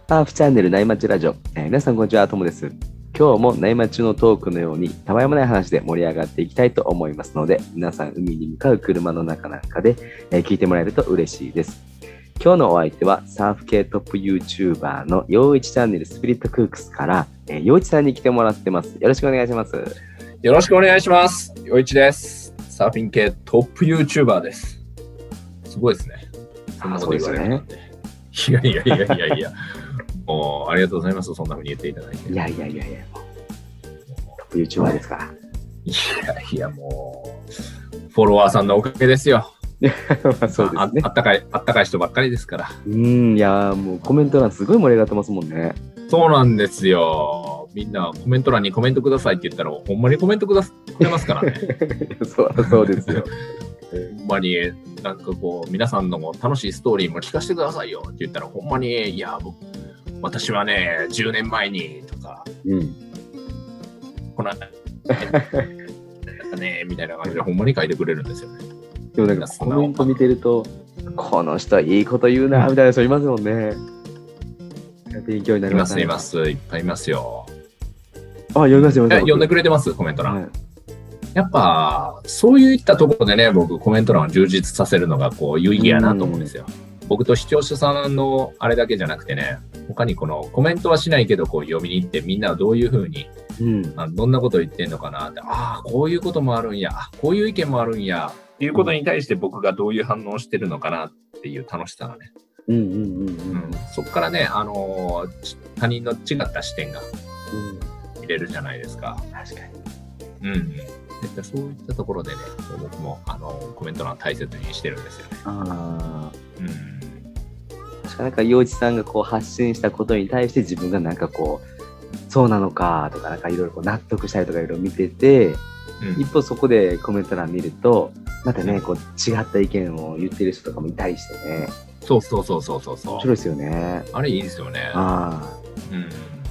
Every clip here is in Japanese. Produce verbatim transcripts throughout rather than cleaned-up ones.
ハーフチャンネル内町ラジオ、えー皆さんこんにちは、ともです。今日も内町のトークのようにたわいもない話で盛り上がっていきたいと思いますので、皆さん海に向かう車の中なんかで、えー聞いてもらえると嬉しいです。今日のお相手はサーフ系トップ YouTuber の陽一チャンネルスピリットクークスからえー陽一さんに来てもらってます。よろしくお願いします。 よろしくお願いします。陽一です。サーフィン系トップ YouTuber です。すごいですね。そんなこと言われるなんて。いやいやいやいやいや。もうありがとうございます。そんな風に言っていただいて。 いやいやいやいや、もうトップ YouTuber ですから。 いやいや、もうフォロワーさんのおかげですよ。 まあそうですね。 あ, あったかいあったかい人ばっかりですから。 うん、いやもうコメント欄すごい盛り上がってますもんね。 そうなんですよ。みんなコメント欄にコメントくださいって言ったらほんまにコメントくだくれますからね。 そうそうですよ。 ほんまになんかこう皆さんの楽しいストーリーも聞かせてくださいよって言ったらほんまにいや僕私はねじゅうねんまえにとか、うん、このねみたいな感じでほんまに書いてくれるんですよね。 でもなんかコメント見てるとこの人はいいこと言うなみたいな人いますもんね。勉強になります、ね。 いますいますいっぱいいますよ。 あ、読みます読みます。 読んでくれてますコメント欄。はい、やっぱそういったところでね僕コメント欄を充実させるのがこう有意義やなと思うんですよ。僕と視聴者さんのあれだけじゃなくてね他にこのコメントはしないけどこう読みに行ってみんなはどういうふうに、うん、あどんなことを言ってんのかなってああこういうこともあるんやこういう意見もあるんやっていうことに対して僕がどういう反応をしてるのかなっていう楽しさがね、うんうんうんうんうん、そこからね、あのー、他人の違った視点が見れるじゃないですか。 確かに、うんうんそういったところでね、僕もあのコメント欄大切にしてるんですよね。あうん、確かなんか陽一さんがこう発信したことに対して自分がなんかこうそうなのかとかなんかいろいろ納得したりとかいろいろ見てて、うん、一方そこでコメント欄見るとまたね、うん、こう違った意見を言ってる人とかもいたりしてね。 そうそうそうそうそうそう。 面白いですよね。 あれいいですよね。 ああ。うん。い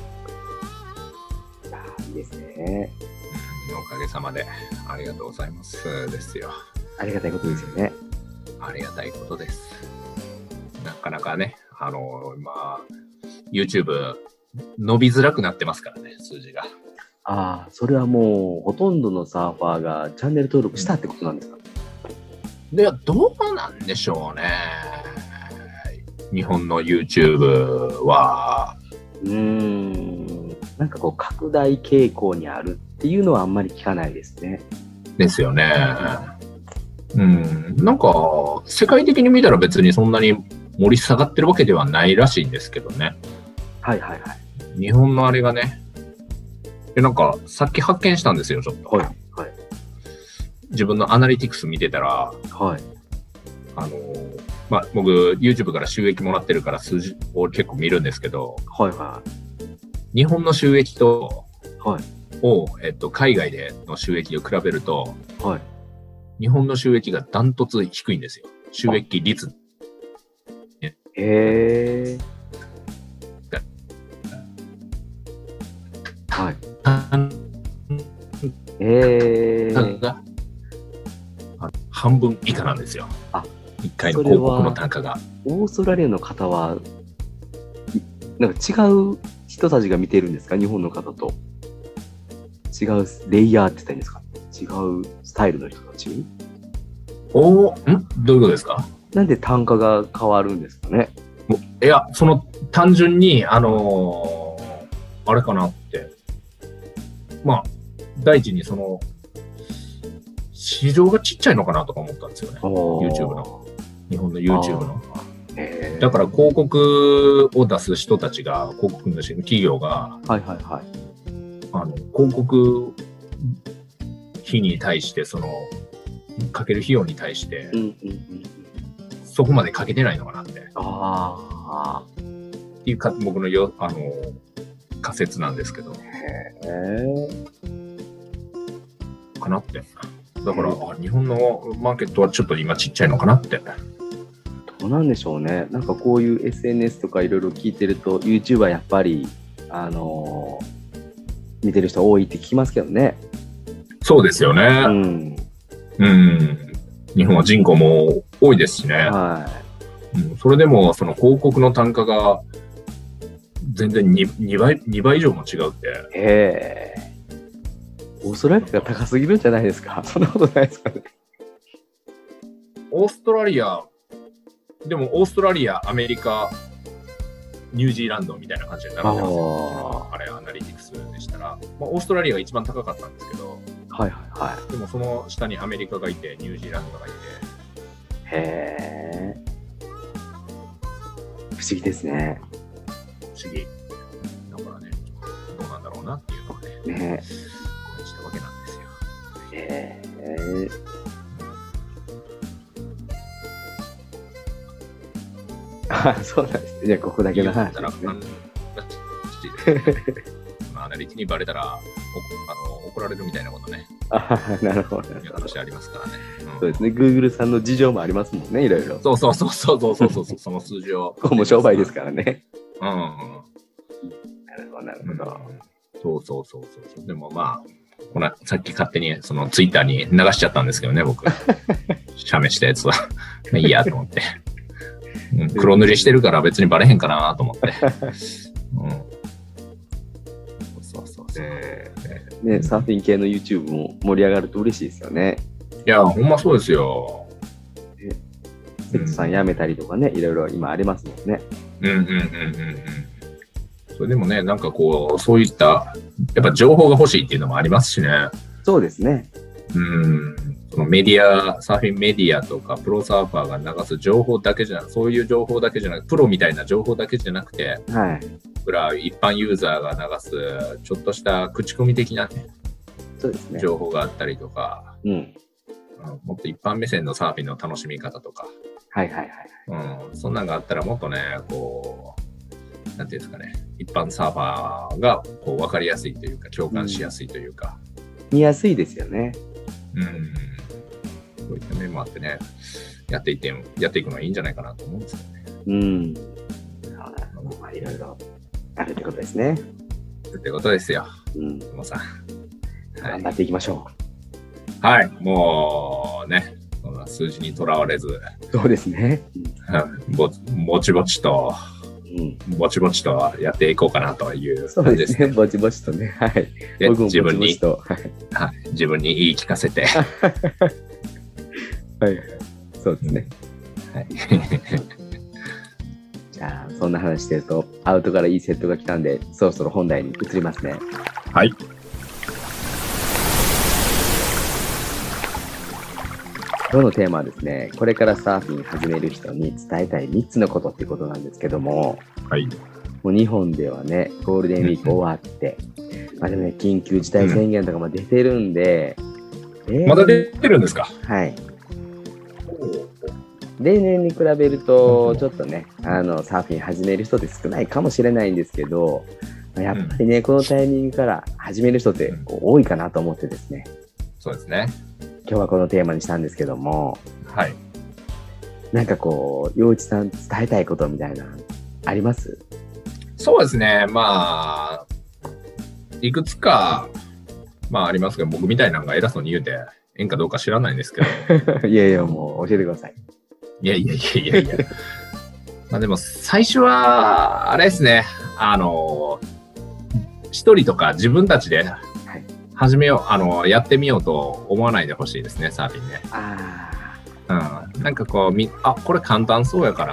やいいですね。 おかげさまでありがとうございますですよ。 ありがたいことですよね。 ありがたいことです。なかなかね、あの今 YouTube 伸びづらくなってますからね、数字が。 ああ、それはもうほとんどのサーファーがチャンネル登録したってことなんですか？ ではどうなんでしょうね。日本の YouTube はうーん、なんかこう拡大傾向にあるっていうのはあんまり聞かないですね。 ですよね。うん、なんか世界的に見たら別にそんなに盛り下がってるわけではないらしいんですけどね。 はいはいはい。 日本のあれがね、でなんかさっき発見したんですよちょっと。はいはい。自分のアナリティクス見てたら、はい。あのまあ僕 YouTube から収益もらってるから数字を結構見るんですけど、はいはい。日本の収益と、はい。を、えっと、海外での収益を比べると、はい、日本の収益がダントツ低いんですよ。収益率。へえ。はい。えー、 が半分以下なんですよ。あ、いっかいの広告の単価が。 オーストラリアの方はなんか違う人たちが見てるんですか？日本の方と。違うレイヤーって言ったらいいんですか？違うスタイルの人たち？ おー、んどういうことですか？ なんで単価が変わるんですかね？ いや、その単純に、あのー、あれかなって。まあ、第一にその、市場がちっちゃいのかなとか思ったんですよね。YouTube の。日本の YouTube の。だから広告を出す人たちが、広告の企業が、はいはいはい。あの広告費に対してそのかける費用に対して、うんうんうん、そこまでかけてないのかなって。ああ。っていうか僕のよあの仮説なんですけど。へえ。かなって。だから、うん、日本のマーケットはちょっと今ちっちゃいのかなって。 どうなんでしょうね。なんかこういう エスエヌエス とかいろいろ聞いてると YouTube はやっぱりあのー見てる人多いって聞きますけどね。 そうですよね。うん。うん。日本は人口も多いですしね。はい。うん、それでもその広告の単価が全然 2, 2, 倍2倍以上も違うって。 へえ。オーストラリアが高すぎるんじゃないですか。そんなことないですかね。 オーストラリア、でもオーストラリア、アメリカ、ニュージーランドみたいな感じになるんですよ。あれ、アナリティクスでしたら、まあ、オーストラリアが一番高かったんですけど、 はいはいはい。 でもその下にアメリカがいて、ニュージーランドがいて。 へえ。不思議ですね。 不思議。だからね、どうなんだろうなっていうのをね、 ねしたわけなんですよ。 へえ。あ、そうなんですね。じゃあ、ここだけの話ですね。 アナリティにバレたらおあの怒られるみたいなことね。 あ、なるほど。 話ありますからね。 うん、そうですね。Google さんの事情もありますもんね、いろいろ。 そうそうそうそうそうそうそうその数字を。 ここも商売ですからね。 うん。なるほど、なるほど。 そうそうそうそう。でもまあ、このさっき勝手にそのツイッターに流しちゃったんですけどね、僕。写メしたやつは。いいやと思って。うん、黒塗りしてるから別にバレへんかなと思って。うん。そうそうそう。 えー、ね、サーフィン系の YouTube も盛り上がると嬉しいですよね。 いや、ほんまそうですよ。 セツさん辞めたりとかね、いろいろ今ありますもんね。 うんうんうんうんうん。それでもね、なんかこう、そういった、やっぱ情報が欲しいっていうのもありますしね。 そうですね。 うん。そのメディア、サーフィンメディアとか、プロサーファーが流す情報だけじゃなく、そういう情報だけじゃなく、プロみたいな情報だけじゃなくて、 はい。 僕ら一般ユーザーが流す、ちょっとした口コミ的なね、 そうですね。 情報があったりとか、 うん。 もっと一般目線のサーフィンの楽しみ方とか、 はいはいはい。うん。そんなのがあったらもっとね、こう、なんていうんですかね、一般サーファーがこう分かりやすいというか、共感しやすいというか。 うん、見やすいですよね。 うん。そういった面もあってね、やっていって、やっていくのはいいんじゃないかなと思うんですよね。 うん。まあ、いろいろあるってことですね。 ってことですよ。 うん。 もうさ、 はい、頑張っていきましょう。はい。もうね、そんな数字にとらわれず。 そうですね。 うん、ぼ, ぼちぼちと、うん、ぼちぼちとやっていこうかなという感じですね。そうですね。ぼちぼちとね。はい。 で僕もぼちぼちと自分に、 はい、自分に言い聞かせて。 はい。そうですね。 はい。 じゃあ、そんな話してると、アウトからいいセットが来たんで、そろそろ本題に移りますね。 はい。 今日のテーマはですね、これからサーフィン始める人に伝えたいみっつのことっていうことなんですけども、 はい。 もう日本ではね、ゴールデンウィーク終わって、うん、まあでもね、緊急事態宣言とかも出てるんで、 うんえー、まだ出てるんですか？ はい。例年に比べると、ちょっとね、あの、サーフィン始める人って少ないかもしれないんですけど、やっぱりね、このタイミングから始める人って多いかなと思ってですね。 そうですね。 今日はこのテーマにしたんですけども、 はい。 なんかこう、陽一さん伝えたいことみたいな、あります？ そうですね。まあ、いくつか、まあありますけど、僕みたいなのが偉そうに言うて、ええんかどうか知らないんですけど。 いやいや、もう教えてください。 いやいやいやいやいや。まあでも、最初は、あれですね。あの、一人とか自分たちで、始めよう、あの、やってみようと思わないでほしいですね、サーフィンね。 ああ。うん。なんかこう、み、あ、これ簡単そうやから、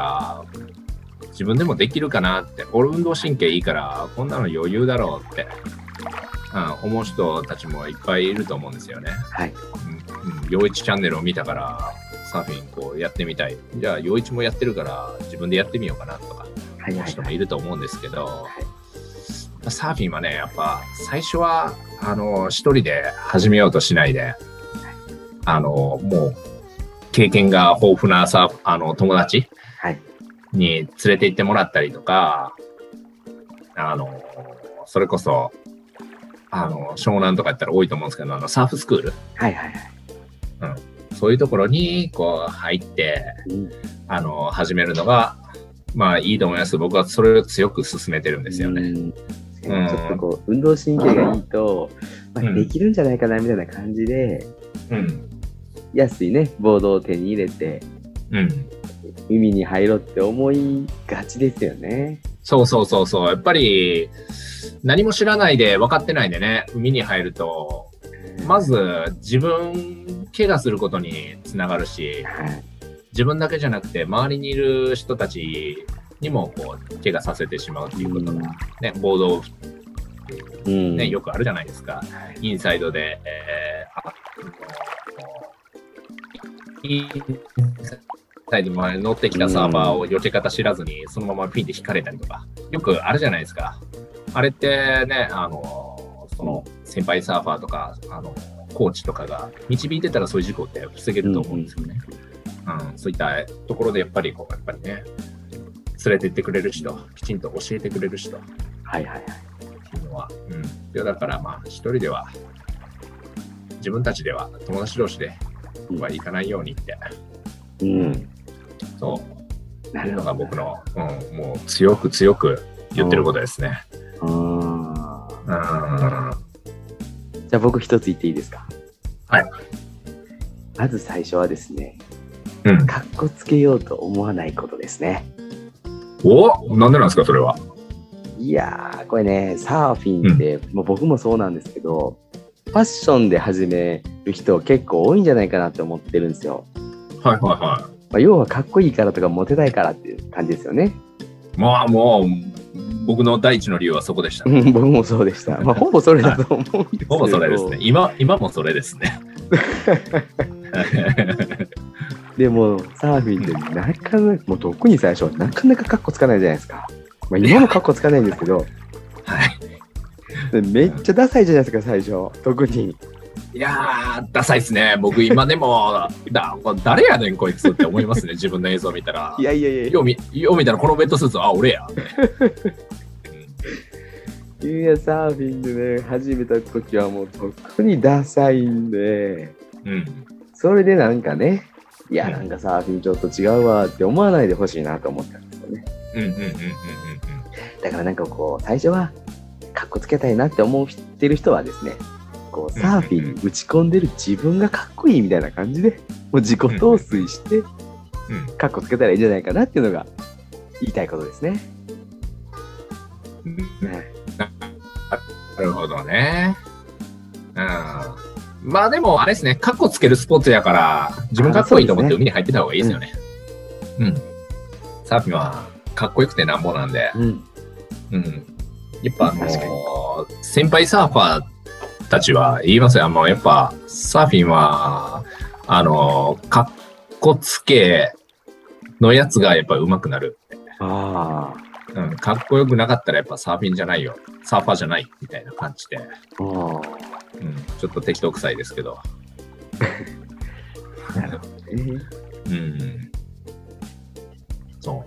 自分でもできるかなって、俺運動神経いいから、こんなの余裕だろうって、うん、思う人たちもいっぱいいると思うんですよね。 はい。 うん。陽一チャンネルを見たから、サーフィンこうやってみたい。じゃあ、陽一もやってるから、自分でやってみようかなとか、思う人もいると思うんですけど、はいはいはいサーフィンはね、やっぱ最初はあの一人で始めようとしないで、あのもう経験が豊富なサーフあの友達に連れて行ってもらったりとか、あのそれこそあの湘南とかやったら多いと思うんですけど、あのサーフスクール、 はいはいはい、 うん、そういうところにこう入って、うん、あの始めるのがまあいいと思います。僕はそれを強く勧めてるんですよね。うんちょっとこう運動神経がいいと、まあ、できるんじゃないかなみたいな感じで、うん、安いねボードを手に入れて、うん、海に入ろうって思いがちですよね。 そうそうそうそう。やっぱり、何も知らないで、分かってないでね、海に入ると、まず自分、怪我することにつながるし、自分だけじゃなくて、周りにいる人たちにも、こう、怪我させてしまうっていうことが、ね、ボード、 うんね、よくあるじゃないですか。インサイドで、えー、あインサイドまで乗ってきたサーバーを避け方知らずに、そのままピンで引かれたりとか、よくあるじゃないですか。あれってね、あの、その先輩サーファーとか、あの、コーチとかが導いてたらそういう事故って防げると思うんですよね。うん、うん、そういったところでやっぱりこう、やっぱりね、連れて行ってくれる人、きちんと教えてくれる人。 はいはいはい。 っていうのは、うん。いやだからまあ、一人では、自分たちでは友達同士ではいかないようにって。 うん。 そう。なるのが僕の、うん、もう強く強く言ってることですね。 うん。うん。 じゃあ僕一つ言っていいですか？ はい。 まず最初はですね、 うん。 かっこつけようと思わないことですね。 お？なんでなんですか、それは。 いやー、これね、サーフィンって、うん、もう僕もそうなんですけど、ファッションで始める人結構多いんじゃないかなって思ってるんですよ。 はいはいはい。 まあ、要はかっこいいからとかモテたいからっていう感じですよね。 まあもう、僕の第一の理由はそこでした、 ね。僕もそうでした。まあほぼそれだと思うんですけど。 ほぼそれですね。今、今もそれですね。 でもサーフィンってなかなか、もう特に最初はなかなかカッコつかないじゃないですか。まあ、今もカッコつかないんですけど、 はい、 めっちゃダサいじゃないですか最初、特に。 いやーダサいですね。僕今でもだ誰やねんこいつって思いますね。自分の映像見たら。 いやいやいや。 よう見よう見たらこのベッドスーツあ俺や。 いやサーフィンでね始めた時はもう特にダサいんで、うん、それでなんかね、いやなんかサーフィンちょっと違うわって思わないでほしいなと思ったんですよね。うんうんうんうんうん。だからなんかこう最初はかっこつけたいなって思ってる人はですね、こうサーフィンに打ち込んでる自分がかっこいいみたいな感じでもう自己陶酔してかっこつけたらいいんじゃないかなっていうのが言いたいことですね。 うんね、なるほどね。うん。まあでもあれですね、かっこつけるスポーツやから自分かっこいいと思って海に入ってた方がいいですよね。うん。うん、サーフィンはかっこよくてなんぼなんで。うん。うん、やっぱあのー、先輩サーファーたちは言いますよ。あのやっぱサーフィンはあのー、かっこつけのやつがやっぱ上手くなる。ああ。うん、かっこよくなかったらやっぱサーフィンじゃないよ。サーファーじゃないみたいな感じで。うん、ちょっと適当臭いですけど。なるほどね。うん。そう。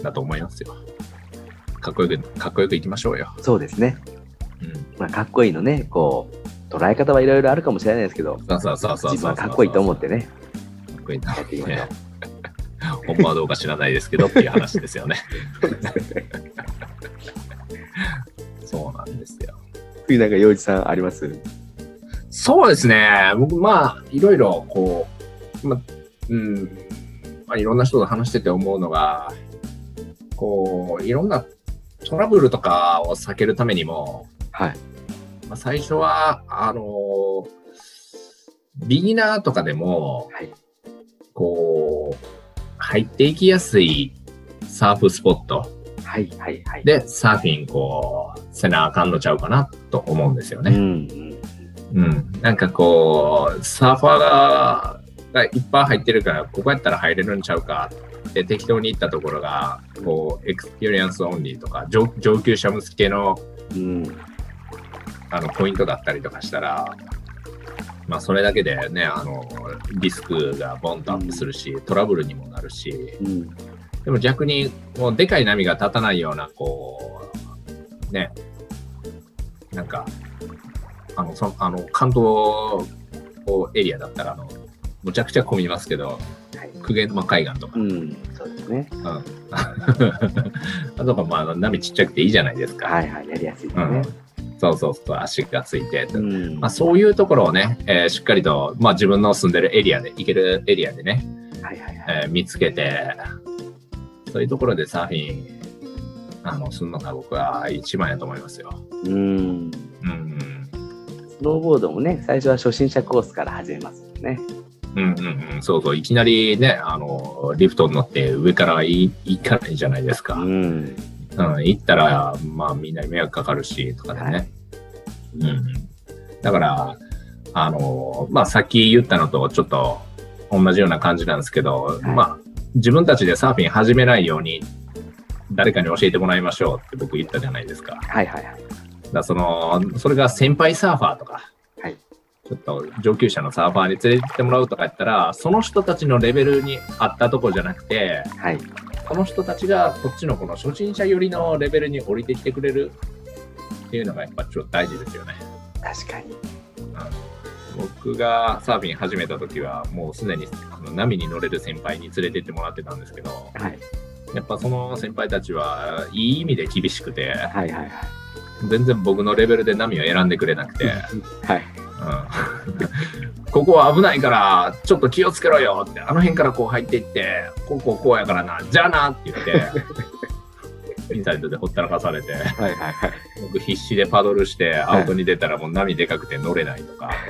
だと思いますよ。かっこよく、かっこよくいきましょうよ。そうですね。うん。まあ、かっこいいのね、こう、捉え方はいろいろあるかもしれないですけど、そうそうそうそう。自分はかっこいいと思ってね。かっこいいと思っていきましょう。本場はどうか知らないですけどっていう話ですよね。そうなんですよ。次なんか洋一さんあります？そうですね。僕まあいろいろこう、まうんまあ、いろんな人と話してて思うのが、こういろんなトラブルとかを避けるためにも、はい。まあ、最初はあのビギナーとかでも、はい、こう。入っていきやすいサーフスポットはいはいはいでサーフィンこうせなあかんのちゃうかなと思うんですよね。うん、うん、なんかこうサーファーががいっぱい入ってるからここやったら入れるんちゃうかって適当に行ったところがこうエクスペリエンスオンリーとか 上, 上級者向けの、うん、あのポイントだったりとかしたら。まあそれだけでね、あのリスクがボンとアップするし、うん、トラブルにもなるし、うん、でも逆にもうでかい波が立たないようなこうね、なんかあのそあの関東エリアだったらあのむちゃくちゃ混みますけど、はい、鵠沼海岸とか、うん、そうですね。うん、あとかまあ波ちっちゃくていいじゃないですか。はいはい、やりやすいですね。うんそうそうそう足がついて、うんまあ、そういうところをね、えー、しっかりと、まあ、自分の住んでるエリアで行けるエリアでね、はいはいはいえー、見つけてそういうところでサーフィンあのするのが僕は一番やと思いますよ。 うん。 うんスノーボードもね、最初は初心者コースから始めますもんね。 うんうんうん、そうそう、いきなりね、あのリフトに乗って上からい行かないじゃないですか。 ううんん。 行ったら、まあみんなに迷惑かかるし、とかでね。 はいうんうん、だから、あの、まあさっき言ったのとちょっと同じような感じなんですけど、 はい、 まあ自分たちでサーフィン始めないように誰かに教えてもらいましょうって僕言ったじゃないですか。 はいはいはい。 だからその、それが先輩サーファーとか、 はい、 ちょっと上級者のサーファーに連れてってもらうとかやったら、その人たちのレベルに合ったとこじゃなくて、 はい、 その人たちがこっちのこの初心者寄りのレベルに降りてきてくれるっていうのがやっぱちょっと大事ですよね。 確かに。 うん、僕がサーフィン始めた時はもうすでにあの波に乗れる先輩に連れてってもらってたんですけど、 はい、 やっぱその先輩たちはいい意味で厳しくて、 はいはいはい。 全然僕のレベルで波を選んでくれなくて、 はい。 うん、ここは危ないからちょっと気をつけろよって、あの辺からこう入っていってこうこうこうやからな、じゃあなって言ってインサイドでほったらかされて、 はいはいはい。 僕必死でパドルしてアウトに出たらもう波でかくて乗れないとか、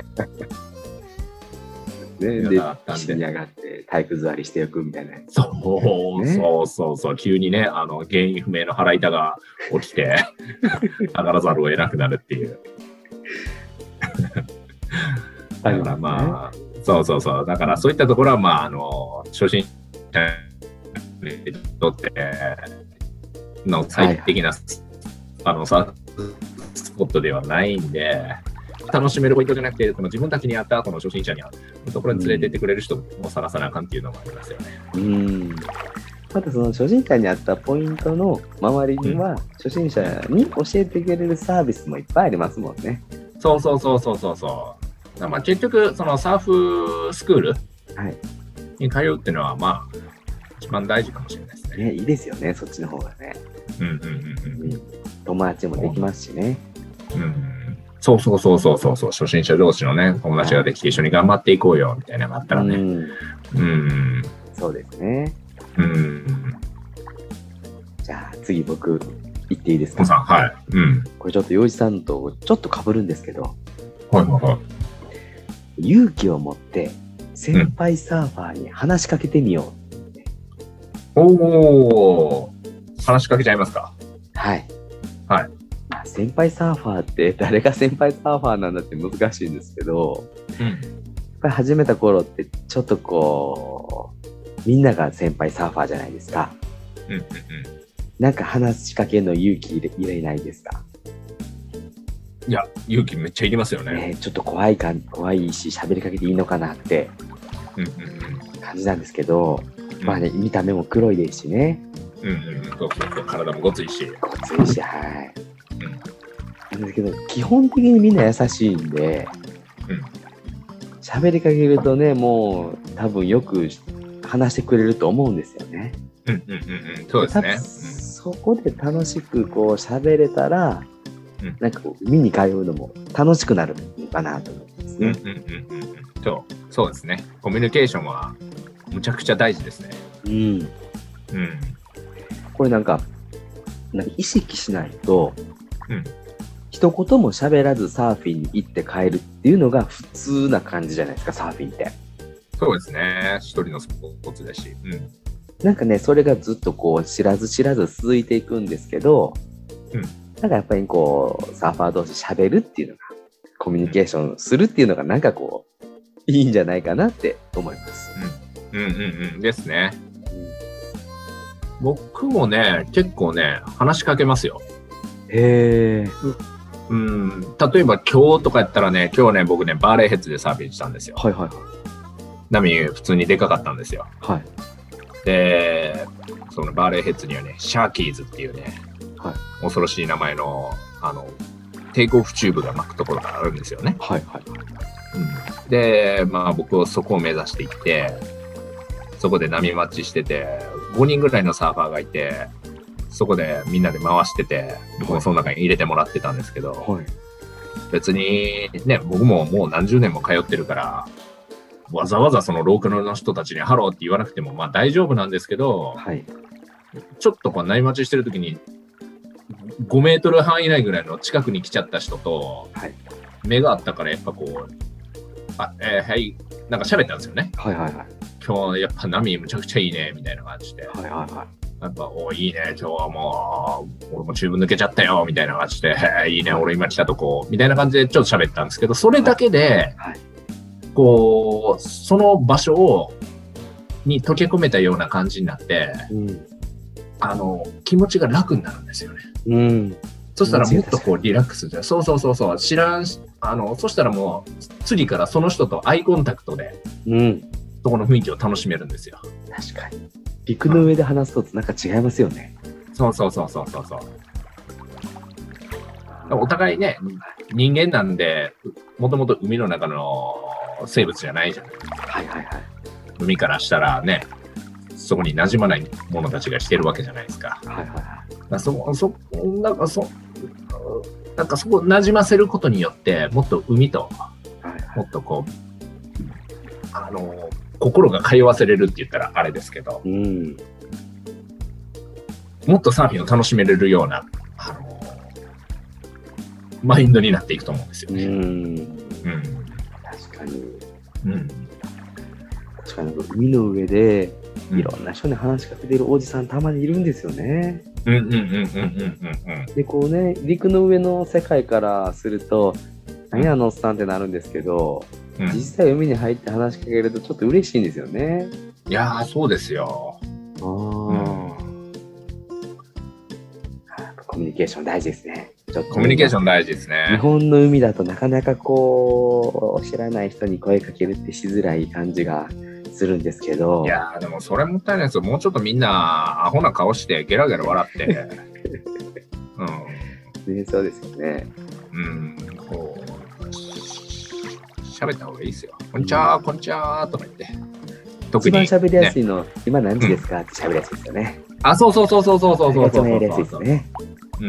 ね、 いでやあったんで岸に上がって体育座りしておくみたいなやつ。 そう、 ねそうそうそう、急にね、あの原因不明の腹痛が起きて上がらざるを得なくなるっていう。だからまあ、そうそうそう、だからそういったところはまああの初心者にとっての最適的な、はい、あのさスポットではないんで、楽しめるポイントじゃなくて、この自分たちに合ったこの初心者に合うところに連れてってくれる人も探さなあかんっていうのもありますよね。 うん。またその初心者に合ったポイントの周りには、初心者に教えてくれるサービスもいっぱいありますもんね。 そうそうそうそうそうそう。まあ結局そのサーフスクールに通うっていうのはまあ一番大事かもしれないですね。 ね、いいですよね、そっちの方がね。 うんうんうんうん。 友達もできますしね。 うん。そうそうそうそうそうそう、初心者同士のね、友達ができて一緒に頑張っていこうよみたいなのがあったらね。うん。うん、 そうですね。 うん。 じゃあ次僕言っていいですか。 さん、はい。うん。 これちょっと洋一さんとちょっと被るんですけど。 はいはいはい。 勇気を持って先輩サーファーに話しかけてみよう。うん、おー、話しかけちゃいますか。 はい。 はい。 先輩サーファーって誰が先輩サーファーなんだって難しいんですけど、うん、やっぱり始めた頃ってちょっとこうみんなが先輩サーファーじゃないですか。うんうんうん、なんか話しかけるの勇気いれないですか。 いや勇気めっちゃいりますよね。 ね、ちょっと怖いか怖いし喋りかけていいのかなって感じなんですけど、うん、まあね見た目も黒いですしね。 うんうん、そうそうそう、体もごついし。 ごついし、はい。なんですけど基本的にみんな優しいんで喋、うん、りかけるとねもう多分よく話してくれると思うんですよね。 うんうんうんうん、そうですね。 そこで楽しくこう喋れたら、うん、なんかこう見に通うのも楽しくなるのかなと思うんですね。うんうんうんうん、 そうそうですね。コミュニケーションはむちゃくちゃ大事ですね。うんうん。 これなんかなんか意識しないと。 うん一言も喋らずサーフィンに行って帰るっていうのが普通な感じじゃないですか、サーフィンって。 そうですね。一人のスポーツだし。うん。 なんかね、それがずっとこう知らず知らず続いていくんですけど、うん。なんかやっぱりこうサーファー同士喋るっていうのが、コミュニケーションするっていうのがなんかこういいんじゃないかなって思います。 うん、うんうんうんですね。うん、僕もね、結構ね話しかけますよ。 へー。 うん、例えば今日とかやったらね、今日ね、僕ね、バーレーヘッズでサーフィンしたんですよ。 はいはいはい。 波普通にでかかったんですよ。 はい。 で、そのバーレーヘッズにはね、シャーキーズっていうね、 はい、 恐ろしい名前の、あの、テイクオフチューブが巻くところがあるんですよね。 はいはい。 うん、で、まあ僕はそこを目指していって、そこで波待ちしてて、ごにんぐらいのサーファーがいて、そこでみんなで回してて、僕もその中に入れてもらってたんですけど、はい、別にね、僕ももう何十年も通ってるから、わざわざそのローカルの人たちにハローって言わなくてもまあ大丈夫なんですけど、はい、ちょっとこう内待ちしてる時にごメートル範囲内ぐらいの近くに来ちゃった人と、 はい。 目があったからやっぱこう、あ、えー、はい、なんか喋ったんですよね。 はいはいはい。 今日やっぱ波むちゃくちゃいいね、みたいな感じで。 はいはいはい。 やっぱ、おいいね、今日はもう、俺もチューブ抜けちゃったよ、みたいな感じで、いいね、俺今来たとこ、みたいな感じでちょっと喋ったんですけど、それだけで、 はい。 こう、その場所を、に溶け込めたような感じになって、 うん。 あの、気持ちが楽になるんですよね。 うん。 そしたらもっとこうリラックスで、そうそうそうそう、知らんし、あの、そしたらもう、次からその人とアイコンタクトで、 うん。 そこの雰囲気を楽しめるんですよ。 確かに。陸の上で話すとなんか違いますよね。 そうそうそうそうそうそう。お互いね、人間なんで、もともと海の中の生物じゃないじゃん。 はいはいはい。 海からしたらね、そこに馴染まないものたちがしてるわけじゃないですか。 はいはいはい。 だからそ、そ、なんかそ、なんかそこを馴染ませることによって、もっと海と、もっとこう、あの、心が通わせれるって言ったらあれですけど、 うん、 もっとサーフィンを楽しめれるような、あの、マインドになっていくと思うんですよね。うん。うん、 確かに。 うん。 確かに海の上でいろんな人に話しかけてるおじさんたまにいるんですよね。 うんうんうんうんうんうんうん。 でこうね、陸の上の世界からすると、何やあのおっさんってなるんですけど、うん、実際海に入って話しかけるとちょっと嬉しいんですよね。 いやーそうですよ。 あ、うん、コミュニケーション大事ですね。 ちょっとコミュニケーション大事ですね。 日本の海だとなかなかこう知らない人に声かけるってしづらい感じがするんですけど。 いやーでもそれもったいないですよ。もうちょっとみんなアホな顔してゲラゲラ笑って、 うん、ね、そうですよね。 うん、こう喋った方がいいですよ。こんにちは、うん、こんにちはとか言って。 特に一番喋りやすいの、ね、今何時ですか、うん、って喋りやすいですよね。 あ、そうそうそうそうそうそうそうそうそう。 一番やりやすいですね。 うん。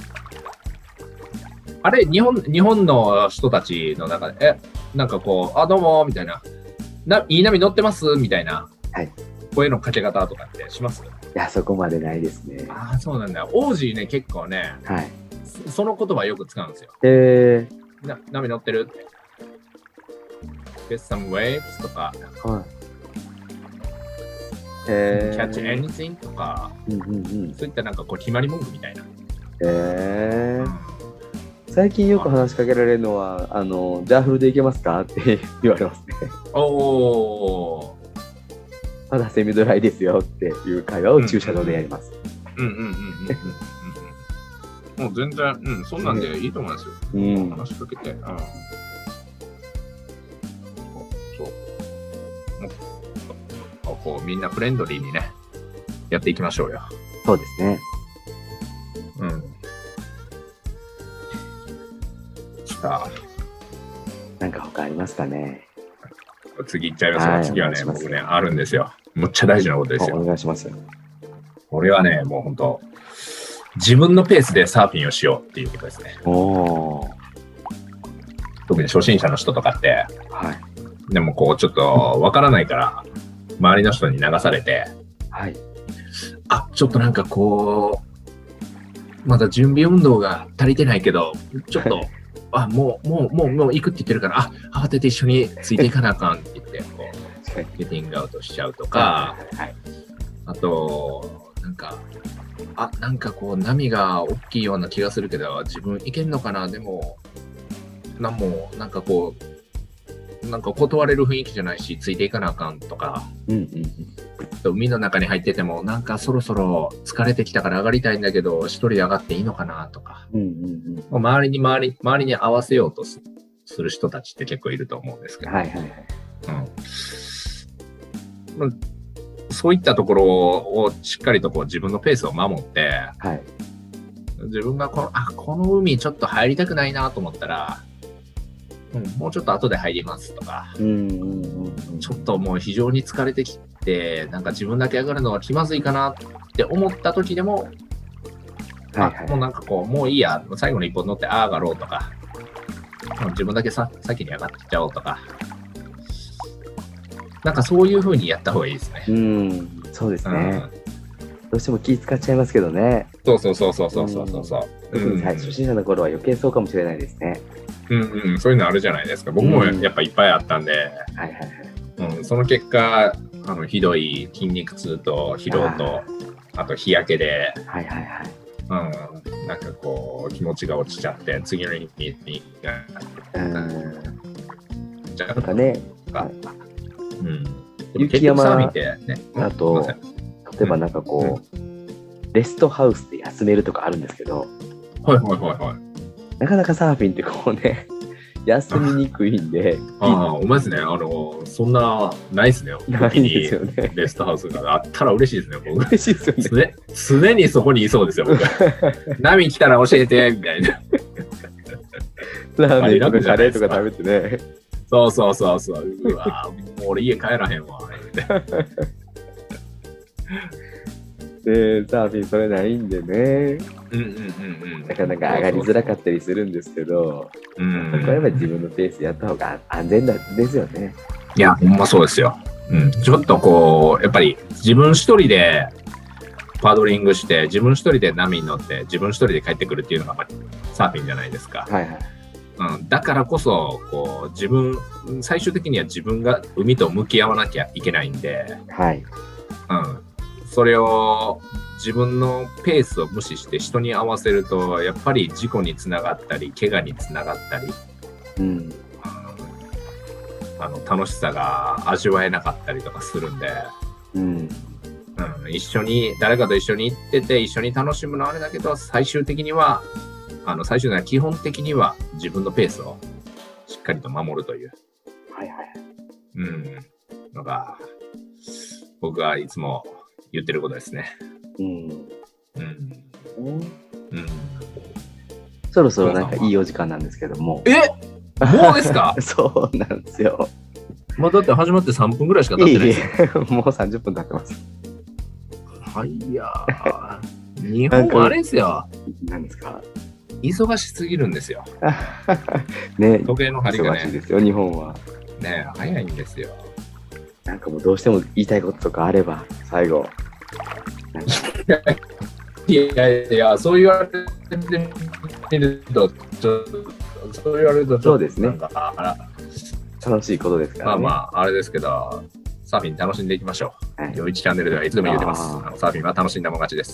あれ、日本、日本の人たちの中で、え、なんかこう、あ、どうも、みたいな、ないい波乗ってますみたいな、 はい、 声のかけ方とかってします？ いや、そこまでないですね。 ああ、そうなんだよ。王子ね、結構ね、 はい、 そ, その言葉よく使うんですよ。 へえー。 な、波乗ってるって。Get some waves とか、 はい、へー Catch anything とか、 うんうんうん、 そういったなんかこう決まり文句みたいな。 へー、最近よく話しかけられるのは、あの、ジャーフルで行けますかって言われますね。 おー。 まだセミドライですよっていう会話を駐車場でやります。 うんうんうんうんうんうんうん。もう全然、うん、そんなんでいいと思いますよ。うん、話しかけて。うん。そう。もう、こう、みんなフレンドリーにね、やっていきましょうよ。 そうですね。 うん。さあ。なんか他ありますかね。 次行っちゃいますが、次はね、僕ね、あるんですよ。むっちゃ大事なことですよ。 お願いしますよ。 俺はね、もう本当、自分のペースでサーフィンをしようっていうことですね。 お特に初心者の人とかって、 はい、 でもこう、ちょっとわからないから、周りの人に流されて、 はい、 あ、ちょっとなんかこう、まだ準備運動が足りてないけど、ちょっと、あ、もう、もう、もう、もう行くって言ってるから、あ、慌てて一緒についていかなあかんって言って、こう、ゲティングアウトしちゃうとか、 はい、 あと、なんか、あ、なんかこう、波が大きいような気がするけど、自分いけんのかな、でも、なんも、なんかこう、なんか断れる雰囲気じゃないし、ついていかなあかんとか、 うんうんうん、海の中に入ってても、なんかそろそろ疲れてきたから上がりたいんだけど、一人で上がっていいのかなとか、 うんうんうん、周りに周り、周りに合わせようとする人たちって結構いると思うんですけど、 はいはいはい、 うん、そういったところをしっかりとこう自分のペースを守って、 はい、 自分がこの、あ、この海ちょっと入りたくないなと思ったら、うん、もうちょっと後で入りますとか、 うんうんうん、 ちょっともう非常に疲れてきて、なんか自分だけ上がるのは気まずいかなって思った時でも、 はいはい、 あ、もうなんかこう、もういいや、最後の一本乗ってああ上がろうとか、自分だけさ先に上がってっちゃおうとか、なんかそういう風にやった方がいいですね。 うん、そうですね。うん、 どうしても気使っちゃいますけどね。 そうそうそうそうそうそうそう。 特に最初心者の頃は余計そうかもしれないですね。 うんうん、そういうのあるじゃないですか。僕もやっぱいっぱいあったんで、 はいはいはい、うん、その結果、あのひどい筋肉痛と疲労と、あ, あと日焼けで、 はいはいはい。 うん、なんかこう気持ちが落ちちゃって次の日に、 うん、 じゃなんかね、 うん、 雪山って、ね、 だと例えばなんかこう、うん、レストハウスで休めるとかあるんですけど、 はいはいはいはい。 なかなかサーフィンってこうね、休みにくいんで。 ああ、お前ですね。あの、そんな、ないですね。 ないですよね。 レストハウスがあったら嬉しいですね、僕。 嬉しいですよね。 常にそこにいそうですよ、僕。波来たら教えて、みたいな。 ラーメンとかカレーとか食べてね。 そうそうそうそう。うわもう俺家帰らへんわ。 で、サーフィンそれないんでね。 うんうんうんうん。 なかなか上がりづらかったりするんですけど、うん、これは自分のペースでやった方が安全なんですよね。 いや、ほんまそうですよ。うん、ちょっとこう、やっぱり自分一人でパドリングして、自分一人で波に乗って、自分一人で帰ってくるっていうのが、まあ、サーフィンじゃないですか。 はいはい。 うん、だからこそこう自分最終的には自分が海と向き合わなきゃいけないんで、 はいうん、それを自分のペースを無視して人に合わせるとやっぱり事故につながったり怪我につながったり、 うん、 あの楽しさが味わえなかったりとかするんで、 うんうん、一緒に誰かと一緒に行ってて一緒に楽しむのはあれだけど最終的にはあの最終的には基本的には自分のペースをしっかりと守るという、 はいはい、 うん、のが僕はいつも言ってることですね。 うんうんうんうん、 そろそろなんかいいお時間なんですけども。 えもうですか？ そうなんですよ。 まあだって始まってさんぷんぐらいしか経ってないですよ。 いいもうさんじゅっぷん経ってます。 はいやー日本はあれですよ。 何ですか？ 忙しすぎるんですよ。 ね、 時計の針がね。 忙しいですよ、日本は。 ね、早いんですよ。 なんかもうどうしても言いたいこととかあれば、最後。 いやいや、そう言われてみると、ちょそう言われると、 そうですね。 なんか楽しいことですからね。 まあまあ、あれですけど、サーフィン楽しんでいきましょう。 はい、 よいちチャンネルではいつでも言ってます。あのサーフィンは楽しんだもん勝ちです。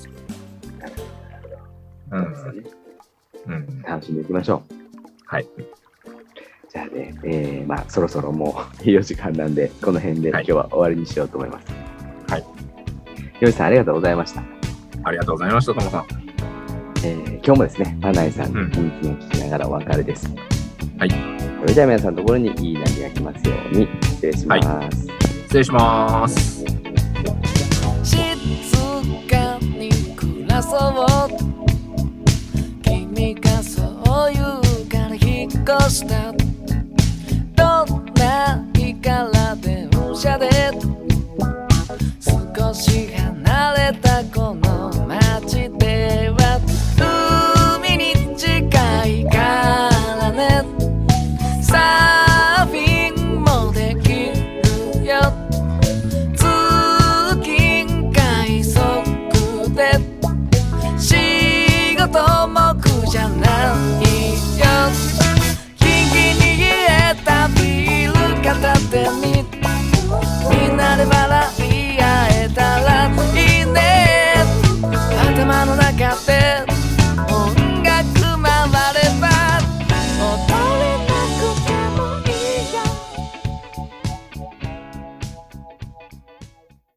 そうですよね。うん、楽しんでいきましょう。 はい。 じゃあね、えー、まあそろそろもういいお時間なんで、この辺で今日は終わりにしようと思います。 はい。 よいさんありがとうございました。 ありがとうございました、ともさん。 えー、今日もですね、パナイさんの人気を聞きながらお別れです。 はい。 それでは皆さんのところにいい波が来ますように、失礼します。はい、 失礼します。 静かに暮らそう君がそう言うから引っ越したどんな日から電車で少し離れたこの街では海に近いからねサーフィンもできるよ通勤快速で仕事も苦じゃないよキンキに冷えたビール片手にみんなで笑い合えたらいいね頭の中で